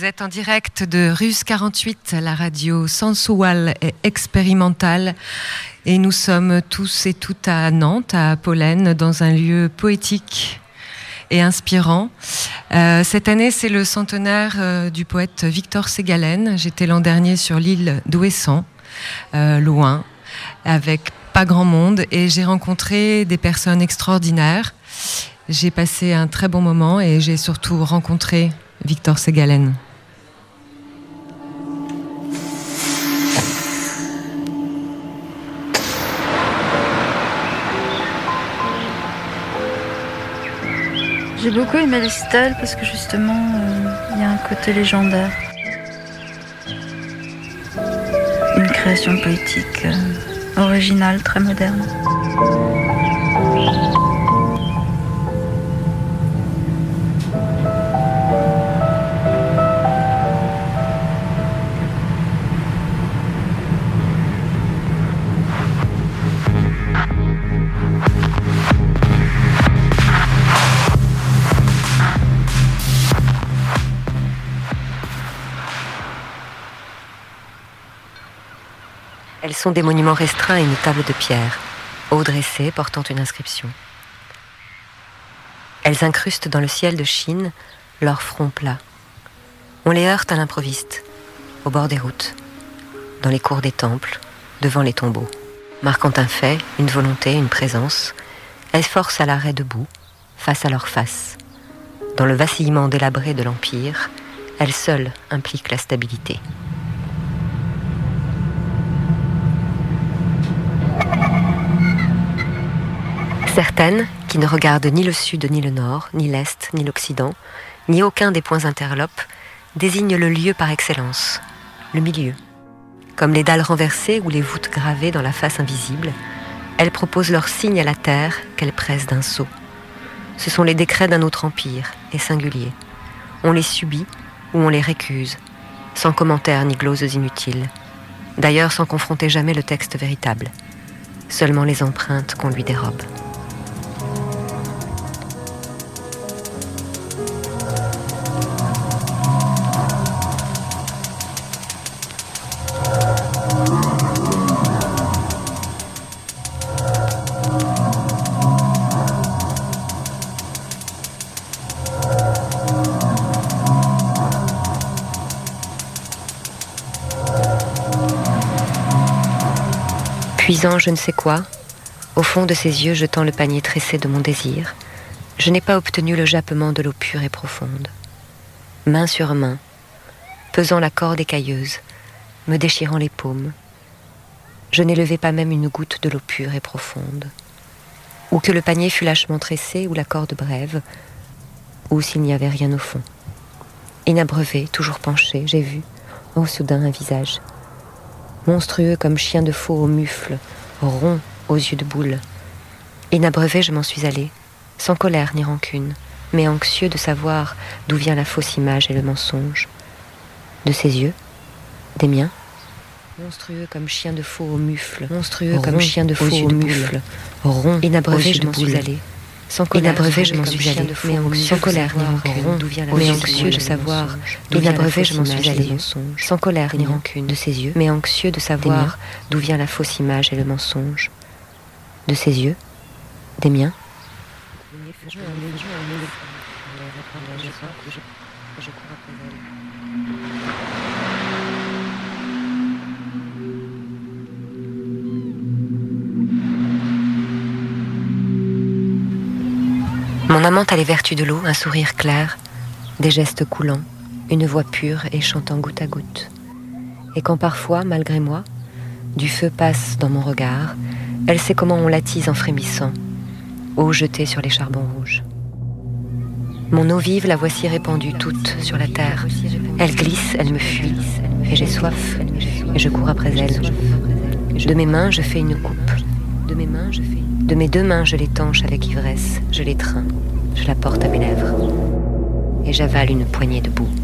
êtes en direct de Ruse 48, la radio sensuelle et expérimentale. Et nous sommes tous et toutes à Nantes, à Pollen, dans un lieu poétique et inspirant. Cette année, c'est le centenaire du poète Victor Ségalen. J'étais l'an dernier sur l'île d'Ouessant, loin, avec pas grand monde, et j'ai rencontré des personnes extraordinaires. J'ai passé un très bon moment et j'ai surtout rencontré Victor Ségalen. J'ai beaucoup aimé les stèles parce que justement, il y a un côté légendaire. Une création poétique originale, très moderne. Elles sont des monuments restreints à une table de pierre, haut dressée, portant une inscription. Elles incrustent dans le ciel de Chine leur front plat. On les heurte à l'improviste, au bord des routes, dans les cours des temples, devant les tombeaux. Marquant un fait, une volonté, une présence, elles forcent à l'arrêt debout, face à leur face. Dans le vacillement délabré de l'Empire, elles seules impliquent la stabilité. Certaines, qui ne regardent ni le sud ni le nord, ni l'est ni l'occident, ni aucun des points interlopes, désignent le lieu par excellence, le milieu. Comme les dalles renversées ou les voûtes gravées dans la face invisible, elles proposent leur signe à la terre qu'elles pressent d'un sceau. Ce sont les décrets d'un autre empire, et singuliers. On les subit ou on les récuse, sans commentaires ni gloses inutiles. D'ailleurs sans confronter jamais le texte véritable, seulement les empreintes qu'on lui dérobe. Puisant je ne sais quoi, au fond de ses yeux jetant le panier tressé de mon désir, je n'ai pas obtenu le jappement de l'eau pure et profonde. Main sur main, pesant la corde écailleuse, me déchirant les paumes, je n'élevai pas même une goutte de l'eau pure et profonde. Ou que le panier fût lâchement tressé, ou la corde brève, ou s'il n'y avait rien au fond. Inabreuvé, toujours penché, j'ai vu, oh soudain, un visage. Monstrueux comme chien de faux aux mufles, rond aux yeux de boule. Inabreuvé, je m'en suis allé, sans colère ni rancune, mais anxieux de savoir d'où vient la fausse image et le mensonge. De ses yeux, des miens. Monstrueux comme chien de faux aux mufles, monstrueux comme chien de faux aux mufles, rond. Inabreuvé, je m'en suis allé. Sans colère, inabreuvé, je m'en suis allé, mais sans colère ni rancune, mais anxieux de savoir, inabreuvé, je m'en suis allé, sans colère ni rancune, de ses yeux, mais anxieux de savoir d'où vient la fausse image et le mensonge. De ses yeux, des miens. Mon amante a les vertus de l'eau, un sourire clair, des gestes coulants, une voix pure et chantant goutte à goutte. Et quand parfois, malgré moi, du feu passe dans mon regard, elle sait comment on l'attise en frémissant, eau jetée sur les charbons rouges. Mon eau vive, la voici répandue toute sur la terre. Elle glisse, elle me fuit, et j'ai soif, et je cours après elle. De mes mains, je fais une coupe. De mes deux mains, je l'étanche avec ivresse, je l'étreins, je la porte à mes lèvres, et j'avale une poignée de boue.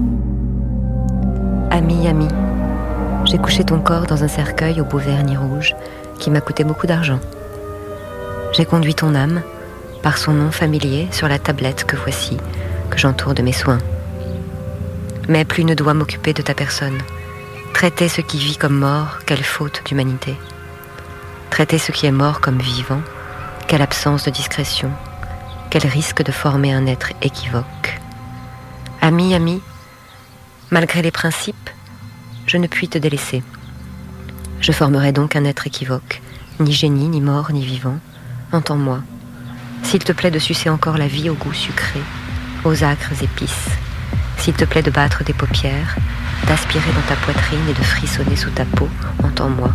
Ami, ami, j'ai couché ton corps dans un cercueil au beau vernis rouge, qui m'a coûté beaucoup d'argent. J'ai conduit ton âme, par son nom familier, sur la tablette que voici, que j'entoure de mes soins. Mais plus ne dois m'occuper de ta personne. Traiter ce qui vit comme mort, quelle faute d'humanité. Traiter ce qui est mort comme vivant, quelle absence de discrétion, quel risque de former un être équivoque. Ami, ami, malgré les principes, je ne puis te délaisser. Je formerai donc un être équivoque, ni génie, ni mort, ni vivant. Entends-moi. S'il te plaît de sucer encore la vie au goût sucré, aux âcres épices, s'il te plaît de battre des paupières, d'aspirer dans ta poitrine et de frissonner sous ta peau, entends-moi.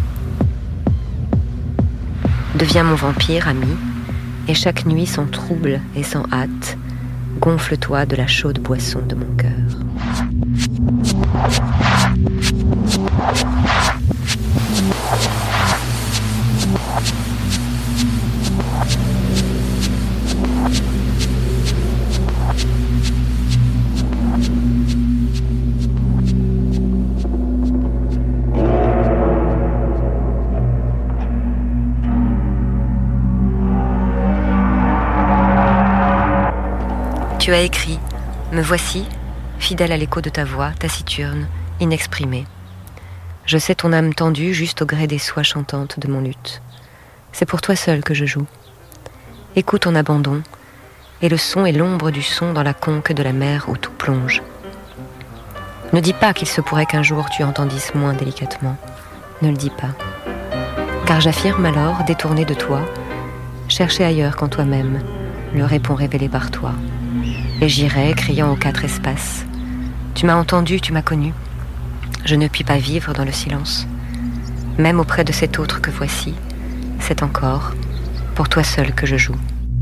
Deviens mon vampire, ami, et chaque nuit sans trouble et sans hâte, gonfle-toi de la chaude boisson de mon cœur. Tu as écrit, me voici, fidèle à l'écho de ta voix, taciturne, inexprimée. Je sais ton âme tendue juste au gré des soies chantantes de mon luth. C'est pour toi seul que je joue. Écoute ton abandon, et le son est l'ombre du son dans la conque de la mer où tout plonge. Ne dis pas qu'il se pourrait qu'un jour tu entendisses moins délicatement. Ne le dis pas. Car j'affirme alors, détourné de toi, chercher ailleurs qu'en toi-même, le répond révélé par toi. Et j'irai, criant aux quatre espaces. Tu m'as entendu, tu m'as connu. Je ne puis pas vivre dans le silence. Même auprès de cet autre que voici, c'est encore pour toi seul que je joue.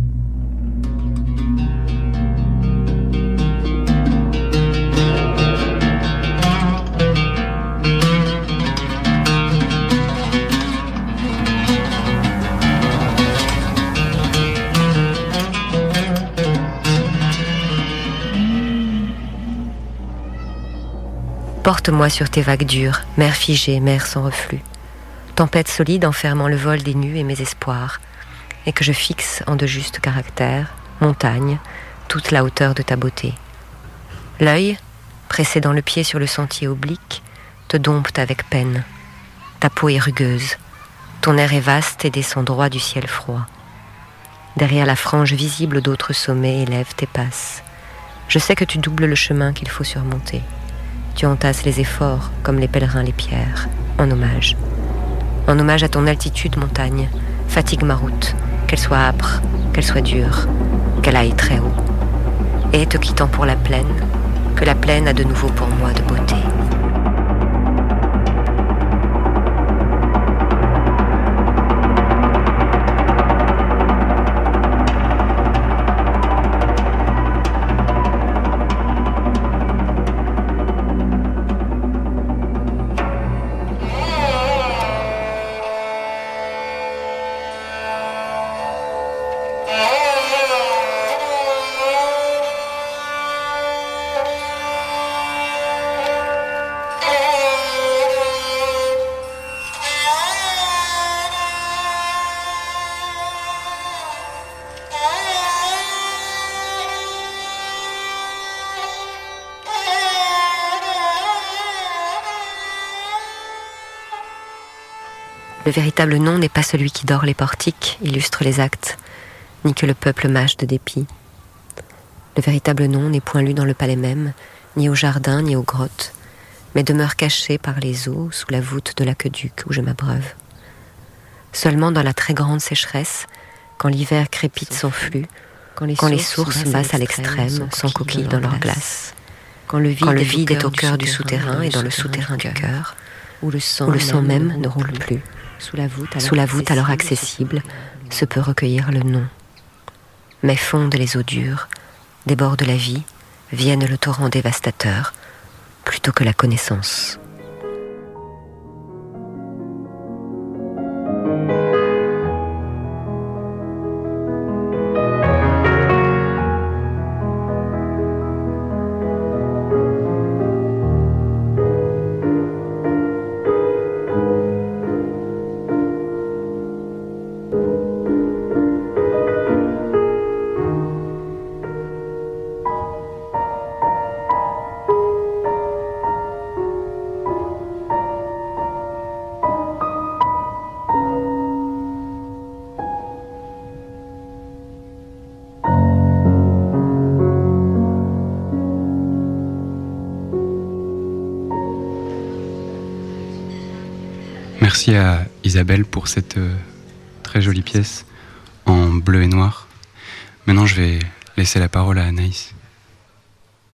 Porte-moi sur tes vagues dures, mer figée, mer sans reflux. Tempête solide enfermant le vol des nues et mes espoirs, et que je fixe en de justes caractères, montagne, toute la hauteur de ta beauté. L'œil, précédant le pied sur le sentier oblique, te dompte avec peine. Ta peau est rugueuse, ton air est vaste et descend droit du ciel froid. Derrière la frange visible d'autres sommets élève tes passes. Je sais que tu doubles le chemin qu'il faut surmonter. Tu entasses les efforts, comme les pèlerins les pierres, en hommage. En hommage à ton altitude, montagne, fatigue ma route, qu'elle soit âpre, qu'elle soit dure, qu'elle aille très haut. Et te quittant pour la plaine, que la plaine a de nouveau pour moi de beauté. Le véritable nom n'est pas celui qui dore les portiques, illustre les actes, ni que le peuple mâche de dépit. Le véritable nom n'est point lu dans le palais même, ni au jardin, ni aux grottes, mais demeure caché par les eaux sous la voûte de l'aqueduc où je m'abreuve. Seulement dans la très grande sécheresse, quand l'hiver crépite sans flux, quand les sources bassent à l'extrême, sans coquilles dans leur glace, quand le vide est au cœur du souterrain et dans le souterrain du cœur, où le sang même ne roule plus, sous la voûte alors accessible, se peut recueillir le nom. Mais fondent les eaux dures, déborde la vie, vienne le torrent dévastateur, plutôt que la connaissance. Merci à Isabelle pour cette très jolie pièce en bleu et noir. Maintenant, je vais laisser la parole à Anaïs.